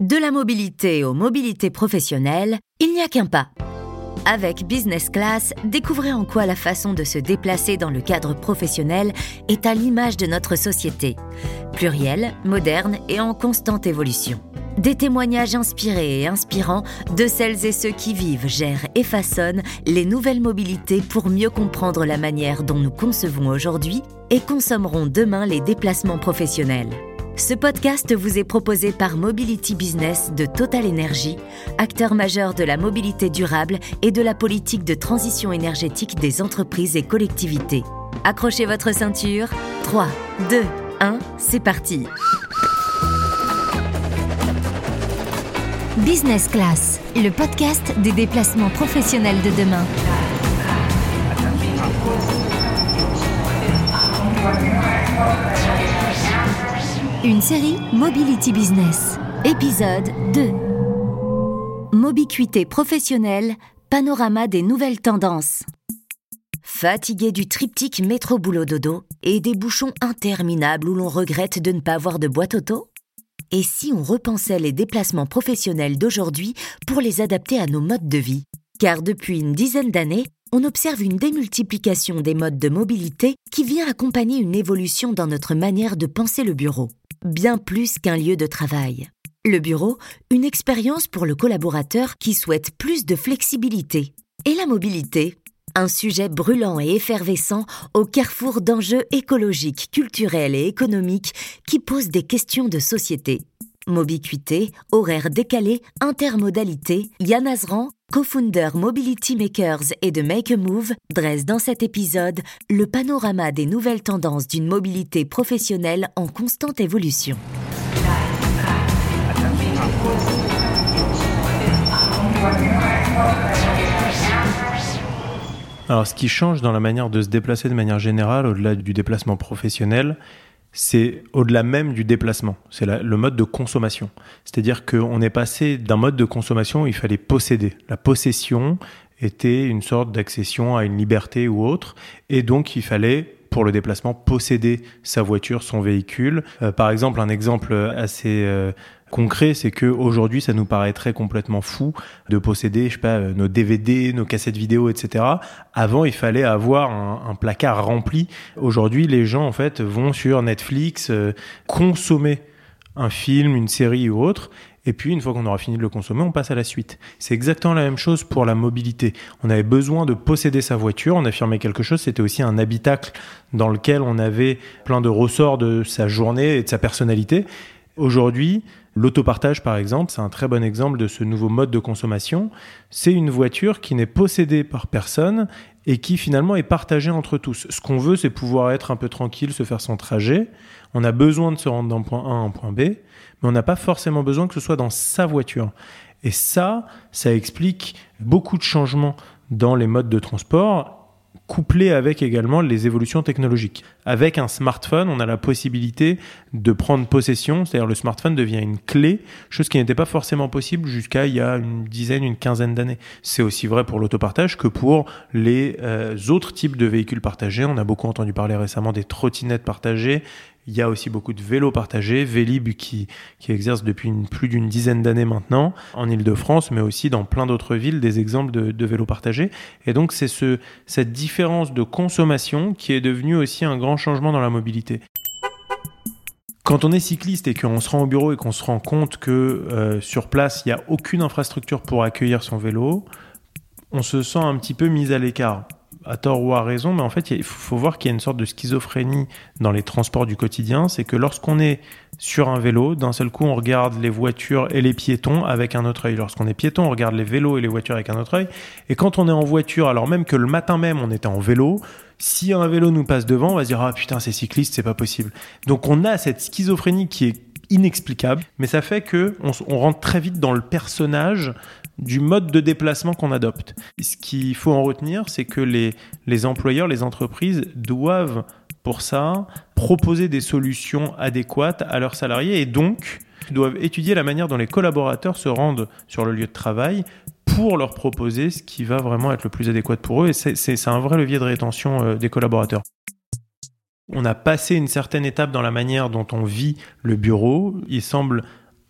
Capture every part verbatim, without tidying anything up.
De la mobilité aux mobilités professionnelles, il n'y a qu'un pas. Avec Business Class, découvrez en quoi la façon de se déplacer dans le cadre professionnel est à l'image de notre société. Plurielle, moderne et en constante évolution. Des témoignages inspirés et inspirants de celles et ceux qui vivent, gèrent et façonnent les nouvelles mobilités pour mieux comprendre la manière dont nous concevons aujourd'hui et consommerons demain les déplacements professionnels. Ce podcast vous est proposé par Mobility Business de Total Energy, acteur majeur de la mobilité durable et de la politique de transition énergétique des entreprises et collectivités. Accrochez votre ceinture. trois, deux, un, c'est parti. Business Class, le podcast des déplacements professionnels de demain. Une série Mobility Business, épisode deux. Mobiquité professionnelle, panorama des nouvelles tendances. Fatigué du triptyque métro-boulot-dodo et des bouchons interminables où l'on regrette de ne pas avoir de boîte auto ? Et si on repensait les déplacements professionnels d'aujourd'hui pour les adapter à nos modes de vie ? Car depuis une dizaine d'années, on observe une démultiplication des modes de mobilité qui vient accompagner une évolution dans notre manière de penser le bureau. Bien plus qu'un lieu de travail. Le bureau, une expérience pour le collaborateur qui souhaite plus de flexibilité. Et la mobilité, un sujet brûlant et effervescent au carrefour d'enjeux écologiques, culturels et économiques qui posent des questions de société. Mobiquité, horaires décalés, intermodalité, Yann Azran, co-founder Mobility Makers et de Make a Move, dresse dans cet épisode le panorama des nouvelles tendances d'une mobilité professionnelle en constante évolution. Alors, ce qui change dans la manière de se déplacer de manière générale, au-delà du déplacement professionnel, c'est au-delà même du déplacement, c'est la, le mode de consommation. C'est-à-dire qu'on est passé d'un mode de consommation où il fallait posséder. La possession était une sorte d'accession à une liberté ou autre, et donc il fallait, pour le déplacement, posséder sa voiture, son véhicule. Euh, par exemple, un exemple assez euh, concret, c'est qu'aujourd'hui, ça nous paraîtrait complètement fou de posséder, je sais pas, nos D V D, nos cassettes vidéo, et cetera. Avant, il fallait avoir un, un placard rempli. Aujourd'hui, les gens, en fait, vont sur Netflix euh, consommer un film, une série ou autre. Et puis, une fois qu'on aura fini de le consommer, on passe à la suite. C'est exactement la même chose pour la mobilité. On avait besoin de posséder sa voiture, on affirmait quelque chose, c'était aussi un habitacle dans lequel on avait plein de ressorts de sa journée et de sa personnalité. Aujourd'hui, l'autopartage, par exemple, c'est un très bon exemple de ce nouveau mode de consommation. C'est une voiture qui n'est possédée par personne et qui finalement est partagée entre tous. Ce qu'on veut, c'est pouvoir être un peu tranquille, se faire son trajet. On a besoin de se rendre d'un point A à un point B, mais on n'a pas forcément besoin que ce soit dans sa voiture. Et ça, ça explique beaucoup de changements dans les modes de transport, couplé avec également les évolutions technologiques. Avec un smartphone, on a la possibilité de prendre possession, c'est-à-dire le smartphone devient une clé, chose qui n'était pas forcément possible jusqu'à il y a une dizaine, une quinzaine d'années. C'est aussi vrai pour l'autopartage que pour les euh, autres types de véhicules partagés. On a beaucoup entendu parler récemment des trottinettes partagées. Il y a aussi beaucoup de vélos partagés, Vélib qui, qui exerce depuis une, plus d'une dizaine d'années maintenant en Île-de-France, mais aussi dans plein d'autres villes, des exemples de, de vélos partagés. Et donc, c'est ce, cette différence de consommation qui est devenue aussi un grand changement dans la mobilité. Quand on est cycliste et qu'on se rend au bureau et qu'on se rend compte que euh, sur place, il n'y a aucune infrastructure pour accueillir son vélo, on se sent un petit peu mis à l'écart. À tort ou à raison, mais en fait, il faut voir qu'il y a une sorte de schizophrénie dans les transports du quotidien. C'est que lorsqu'on est sur un vélo, d'un seul coup, on regarde les voitures et les piétons avec un autre œil. Lorsqu'on est piéton, on regarde les vélos et les voitures avec un autre œil. Et quand on est en voiture, alors même que le matin même, on était en vélo, si un vélo nous passe devant, on va se dire « Ah putain, c'est cycliste, c'est pas possible ». Donc on a cette schizophrénie qui est inexplicable, mais ça fait qu'on on rentre très vite dans le personnage du mode de déplacement qu'on adopte. Ce qu'il faut en retenir, c'est que les, les employeurs, les entreprises doivent, pour ça, proposer des solutions adéquates à leurs salariés et donc doivent étudier la manière dont les collaborateurs se rendent sur le lieu de travail pour leur proposer ce qui va vraiment être le plus adéquat pour eux. Et c'est, c'est, c'est un vrai levier de rétention euh, des collaborateurs. On a passé une certaine étape dans la manière dont on vit le bureau. Il semble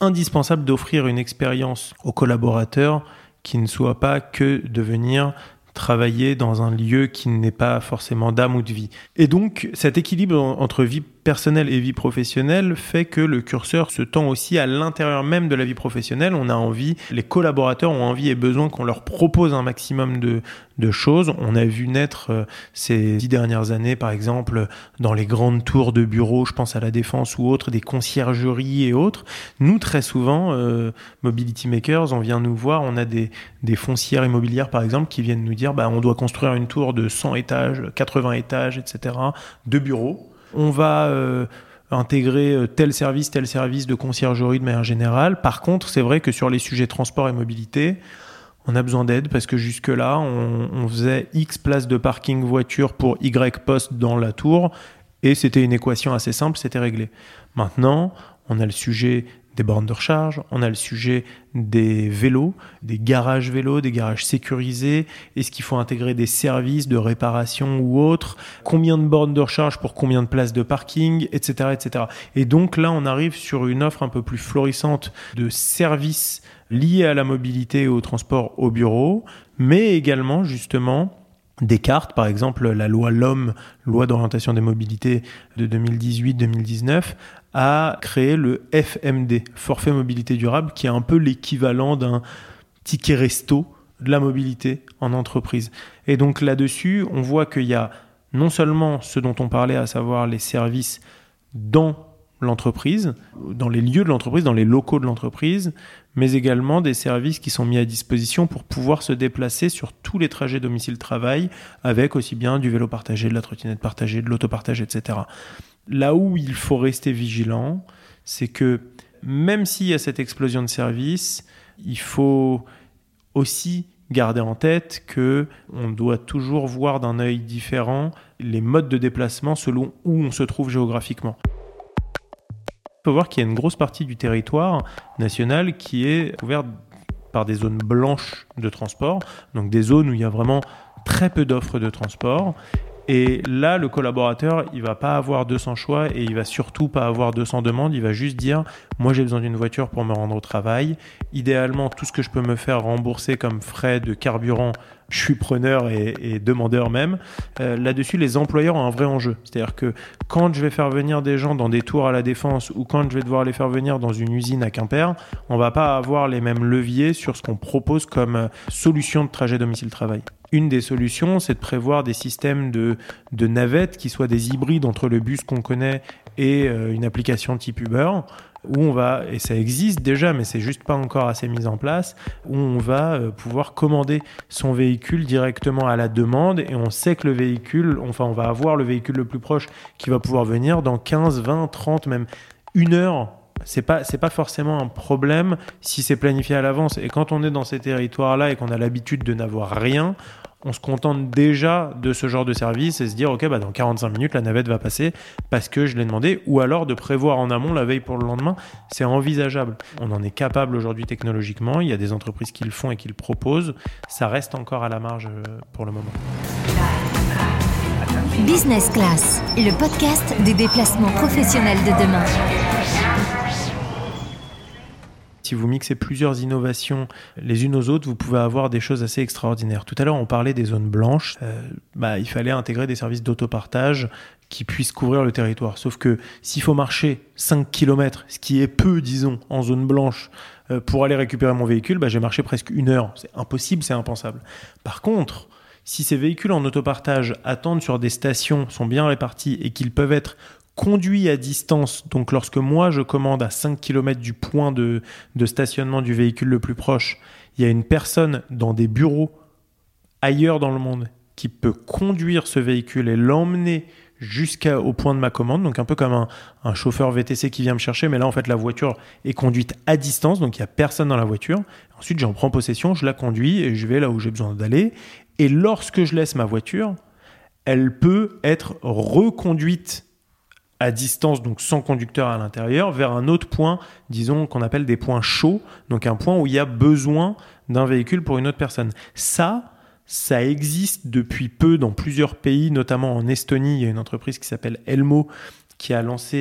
indispensable d'offrir une expérience aux collaborateurs qui ne soit pas que de venir travailler dans un lieu qui n'est pas forcément d'âme ou de vie. Et donc, cet équilibre entre vie personnelle et vie professionnelle fait que le curseur se tend aussi à l'intérieur même de la vie professionnelle. On a envie, les collaborateurs ont envie et besoin qu'on leur propose un maximum de, de choses. On a vu naître euh, ces dix dernières années, par exemple, dans les grandes tours de bureaux, je pense à la Défense ou autres, des conciergeries et autres. Nous, très souvent, euh, Mobility Makers, on vient nous voir, on a des, des foncières immobilières, par exemple, qui viennent nous dire bah, on doit construire une tour de cent étages, quatre-vingts étages, et cetera, de bureaux. On va euh, intégrer tel service, tel service de conciergerie de manière générale. Par contre, c'est vrai que sur les sujets transport et mobilité, on a besoin d'aide parce que jusque-là, on, on faisait X places de parking voiture pour Y postes dans la tour et c'était une équation assez simple, c'était réglé. Maintenant, on a le sujet des bornes de recharge, on a le sujet des vélos, des garages vélos, des garages sécurisés. Est-ce qu'il faut intégrer des services de réparation ou autres? Combien de bornes de recharge pour combien de places de parking, et cetera, et cetera. Et donc là, on arrive sur une offre un peu plus florissante de services liés à la mobilité et au transport au bureau, mais également justement des cartes, par exemple la loi L O M, loi d'orientation des mobilités de deux mille dix-huit deux mille dix-neuf, a créé le F M D, forfait mobilité durable, qui est un peu l'équivalent d'un ticket resto de la mobilité en entreprise. Et donc là-dessus, on voit qu'il y a non seulement ce dont on parlait, à savoir les services dans l'entreprise, dans les lieux de l'entreprise, dans les locaux de l'entreprise, mais également des services qui sont mis à disposition pour pouvoir se déplacer sur tous les trajets domicile-travail, avec aussi bien du vélo partagé, de la trottinette partagée, de l'autopartage, et cetera. Là où il faut rester vigilant, c'est que même s'il y a cette explosion de services, il faut aussi garder en tête qu'on doit toujours voir d'un œil différent les modes de déplacement selon où on se trouve géographiquement. Il faut voir qu'il y a une grosse partie du territoire national qui est couverte par des zones blanches de transport, donc des zones où il y a vraiment très peu d'offres de transport. Et là, le collaborateur, il va pas avoir deux cents choix et il va surtout pas avoir deux cents demandes. Il va juste dire, moi j'ai besoin d'une voiture pour me rendre au travail. Idéalement, tout ce que je peux me faire rembourser comme frais de carburant, je suis preneur et, et demandeur même. Euh, là-dessus, les employeurs ont un vrai enjeu. C'est-à-dire que quand je vais faire venir des gens dans des tours à la Défense ou quand je vais devoir les faire venir dans une usine à Quimper, on va pas avoir les mêmes leviers sur ce qu'on propose comme solution de trajet domicile-travail. Une des solutions, c'est de prévoir des systèmes de, de navettes qui soient des hybrides entre le bus qu'on connaît et euh, une application type Uber, où on va, et ça existe déjà, mais c'est juste pas encore assez mis en place, où on va euh, pouvoir commander son véhicule directement à la demande et on sait que le véhicule, enfin on va avoir le véhicule le plus proche qui va pouvoir venir dans quinze, vingt, trente, même une heure. C'est pas, c'est pas forcément un problème si c'est planifié à l'avance. Et quand on est dans ces territoires-là et qu'on a l'habitude de n'avoir rien, on se contente déjà de ce genre de service et se dire ok, bah dans quarante-cinq minutes la navette va passer parce que je l'ai demandé, ou alors de prévoir en amont la veille pour le lendemain. C'est envisageable. On en est capable aujourd'hui technologiquement. Il y a des entreprises qui le font et qui le proposent. Ça reste encore à la marge pour le moment. Business Class, le podcast des déplacements professionnels de demain. Si vous mixez plusieurs innovations les unes aux autres, vous pouvez avoir des choses assez extraordinaires. Tout à l'heure, on parlait des zones blanches. Euh, bah, il fallait intégrer des services d'autopartage qui puissent couvrir le territoire. Sauf que s'il faut marcher cinq kilomètres, ce qui est peu, disons, en zone blanche, euh, pour aller récupérer mon véhicule, bah, j'ai marché presque une heure. C'est impossible, c'est impensable. Par contre, si ces véhicules en autopartage attendent sur des stations, sont bien répartis et qu'ils peuvent être conduit à distance, donc lorsque moi je commande à cinq kilomètres du point de, de stationnement du véhicule le plus proche, il y a une personne dans des bureaux ailleurs dans le monde qui peut conduire ce véhicule et l'emmener jusqu'au point de ma commande, donc un peu comme un, un chauffeur V T C qui vient me chercher, mais là en fait la voiture est conduite à distance, donc il n'y a personne dans la voiture. Ensuite j'en prends possession, je la conduis et je vais là où j'ai besoin d'aller, et lorsque je laisse ma voiture, elle peut être reconduite à distance, donc sans conducteur à l'intérieur, vers un autre point, disons, qu'on appelle des points chauds, donc un point où il y a besoin d'un véhicule pour une autre personne. Ça, ça existe depuis peu dans plusieurs pays, notamment en Estonie. Il y a une entreprise qui s'appelle Elmo qui a lancé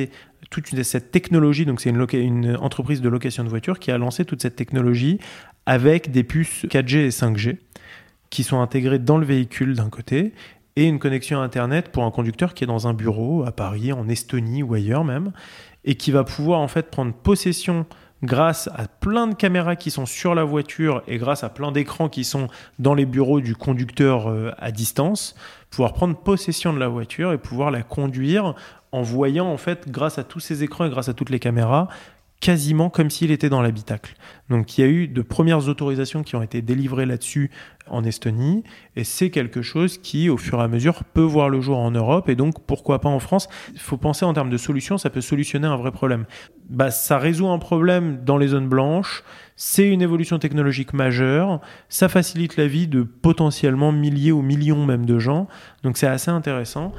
toute cette technologie. Donc c'est une, loca- une entreprise de location de voitures qui a lancé toute cette technologie avec des puces quatre G et cinq G qui sont intégrées dans le véhicule d'un côté et une connexion Internet pour un conducteur qui est dans un bureau à Paris, en Estonie ou ailleurs même, et qui va pouvoir en fait prendre possession grâce à plein de caméras qui sont sur la voiture et grâce à plein d'écrans qui sont dans les bureaux du conducteur euh, à distance, pouvoir prendre possession de la voiture et pouvoir la conduire en voyant en fait grâce à tous ces écrans et grâce à toutes les caméras quasiment comme s'il était dans l'habitacle. Donc il y a eu de premières autorisations qui ont été délivrées là-dessus en Estonie et c'est quelque chose qui au fur et à mesure peut voir le jour en Europe et donc pourquoi pas en France. Il faut penser en termes de solutions, ça peut solutionner un vrai problème. Bah, ça résout un problème dans les zones blanches, c'est une évolution technologique majeure, ça facilite la vie de potentiellement milliers ou millions même de gens, donc c'est assez intéressant.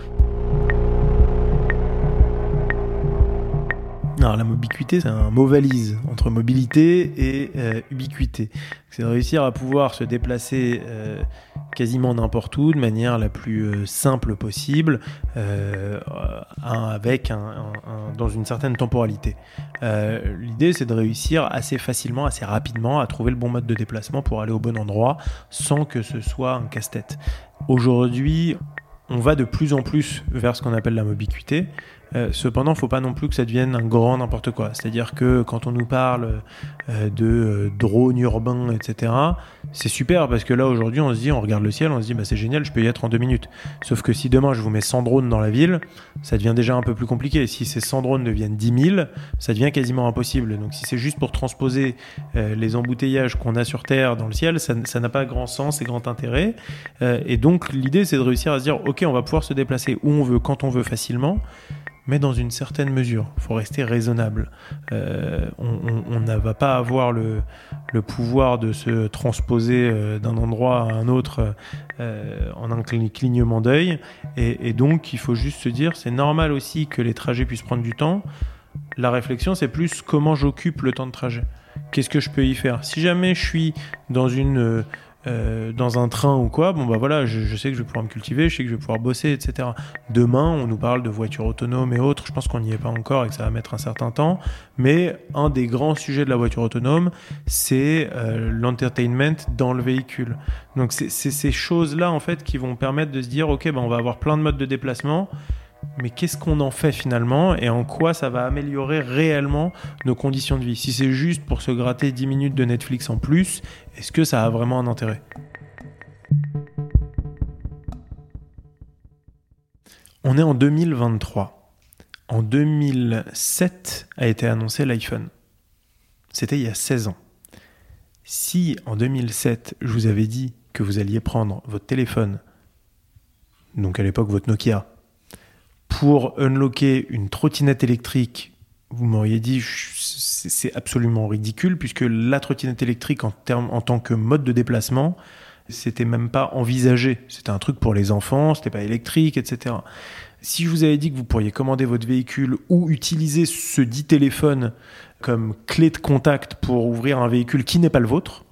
Alors, la mobiquité, c'est un mot valise entre mobilité et euh, ubiquité. C'est de réussir à pouvoir se déplacer euh, quasiment n'importe où de manière la plus euh, simple possible, euh, un, avec un, un, un, dans une certaine temporalité. Euh, l'idée, c'est de réussir assez facilement, assez rapidement à trouver le bon mode de déplacement pour aller au bon endroit sans que ce soit un casse-tête. Aujourd'hui, on va de plus en plus vers ce qu'on appelle la mobiquité. Euh, cependant, il ne faut pas non plus que ça devienne un grand n'importe quoi. C'est-à-dire que quand on nous parle euh, de euh, drones urbains, et cetera, c'est super parce que là, aujourd'hui, on se dit, on regarde le ciel, on se dit, bah, c'est génial, je peux y être en deux minutes. Sauf que si demain, je vous mets cent drones dans la ville, ça devient déjà un peu plus compliqué. Si ces cent drones deviennent dix mille, ça devient quasiment impossible. Donc, si c'est juste pour transposer euh, les embouteillages qu'on a sur Terre dans le ciel, ça, ça n'a pas grand sens et grand intérêt. Euh, et donc, l'idée, c'est de réussir à se dire, OK, on va pouvoir se déplacer où on veut, quand on veut, facilement, mais dans une certaine mesure. Il faut rester raisonnable. Euh, on ne va pas avoir le, le pouvoir de se transposer euh, d'un endroit à un autre euh, en un clignement d'œil. Et, et donc, il faut juste se dire, c'est normal aussi que les trajets puissent prendre du temps. La réflexion, c'est plus comment j'occupe le temps de trajet. Qu'est-ce que je peux y faire ? Si jamais je suis dans une... Euh, Euh, dans un train ou quoi, bon bah voilà, je, je sais que je vais pouvoir me cultiver, je sais que je vais pouvoir bosser, et cetera. Demain, on nous parle de voitures autonomes et autres, je pense qu'on n'y est pas encore et que ça va mettre un certain temps, mais un des grands sujets de la voiture autonome, c'est euh, l'entertainment dans le véhicule. Donc c'est, c'est ces choses-là en fait qui vont permettre de se dire, ok, bah, on va avoir plein de modes de déplacement, mais qu'est-ce qu'on en fait finalement et en quoi ça va améliorer réellement nos conditions de vie ? Si c'est juste pour se gratter dix minutes de Netflix en plus, est-ce que ça a vraiment un intérêt ? On est en deux mille vingt-trois. En deux mille sept a été annoncé l'iPhone. C'était il y a seize ans. Si en deux mille sept, je vous avais dit que vous alliez prendre votre téléphone, donc à l'époque votre Nokia, pour unlocker une trottinette électrique, vous m'auriez dit c'est, c'est absolument ridicule puisque la trottinette électrique en, termes, en tant que mode de déplacement, c'était même pas envisagé. C'était un truc pour les enfants, c'était pas électrique, et cetera. Si je vous avais dit que vous pourriez commander votre véhicule ou utiliser ce dit téléphone comme clé de contact pour ouvrir un véhicule qui n'est pas le vôtre,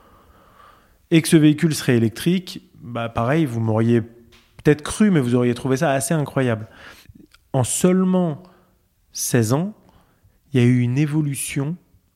et que ce véhicule serait électrique, bah pareil, vous m'auriez peut-être cru, mais vous auriez trouvé ça assez incroyable. En seulement seize ans, il y a eu une évolution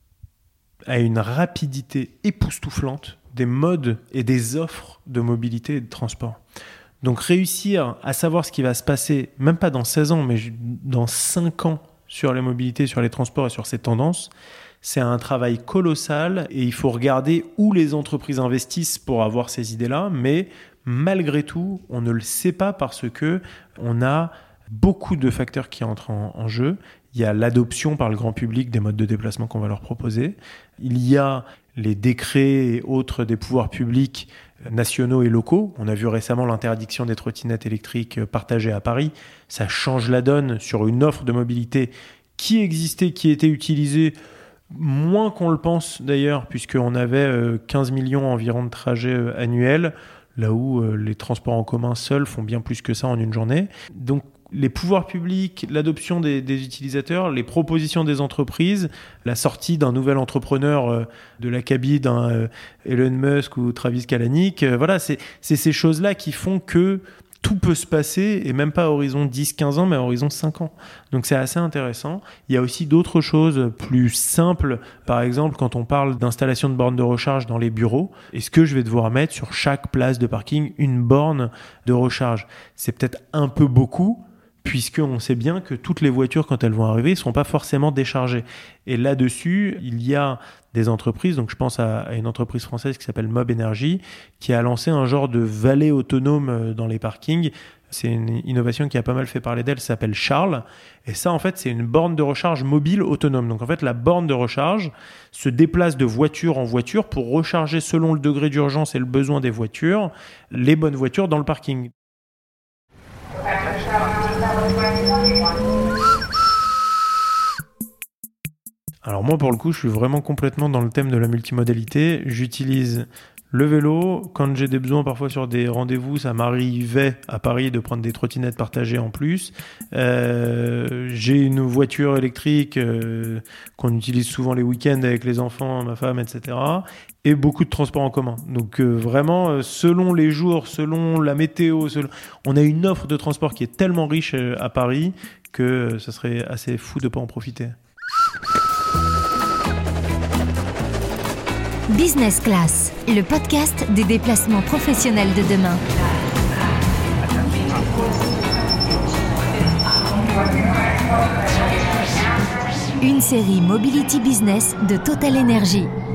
à une rapidité époustouflante des modes et des offres de mobilité et de transport. Donc réussir à savoir ce qui va se passer, même pas dans seize ans, mais dans cinq ans sur les mobilités, sur les transports et sur ces tendances, c'est un travail colossal et il faut regarder où les entreprises investissent pour avoir ces idées-là, mais malgré tout, on ne le sait pas parce que on a beaucoup de facteurs qui entrent en, en jeu. Il y a l'adoption par le grand public des modes de déplacement qu'on va leur proposer. Il y a les décrets et autres des pouvoirs publics nationaux et locaux. On a vu récemment l'interdiction des trottinettes électriques partagées à Paris. Ça change la donne sur une offre de mobilité qui existait, qui était utilisée moins qu'on le pense d'ailleurs, puisqu'on avait quinze millions environ de trajets annuels, là où euh, les transports en commun seuls font bien plus que ça en une journée. Donc les pouvoirs publics, l'adoption des, des utilisateurs, les propositions des entreprises, la sortie d'un nouvel entrepreneur euh, de l'acabit d'un euh, Elon Musk ou Travis Kalanick, euh, voilà, c'est, c'est ces choses-là qui font que tout peut se passer, et même pas à horizon dix quinze ans, mais à horizon cinq ans. Donc c'est assez intéressant. Il y a aussi d'autres choses plus simples. Par exemple, quand on parle d'installation de bornes de recharge dans les bureaux, est-ce que je vais devoir mettre sur chaque place de parking une borne de recharge ? C'est peut-être un peu beaucoup, puisqu'on sait bien que toutes les voitures, quand elles vont arriver, ne seront pas forcément déchargées. Et là-dessus, il y a des entreprises, donc je pense à, à une entreprise française qui s'appelle Mob Energy, qui a lancé un genre de valet autonome dans les parkings. C'est une innovation qui a pas mal fait parler d'elle, ça s'appelle Charles. Et ça, en fait, c'est une borne de recharge mobile autonome. Donc, en fait, la borne de recharge se déplace de voiture en voiture pour recharger selon le degré d'urgence et le besoin des voitures, les bonnes voitures dans le parking. Alors moi, pour le coup, je suis vraiment complètement dans le thème de la multimodalité. J'utilise le vélo. Quand j'ai des besoins, parfois sur des rendez-vous, ça m'arrivait à Paris de prendre des trottinettes partagées en plus. Euh, j'ai une voiture électrique euh, qu'on utilise souvent les week-ends avec les enfants, ma femme, et cetera. Et beaucoup de transports en commun. Donc euh, vraiment, euh, selon les jours, selon la météo, selon... on a une offre de transport qui est tellement riche euh, à Paris que euh, ça serait assez fou de ne pas en profiter. Business Class, le podcast des déplacements professionnels de demain. Une série Mobility Business de Total Energy.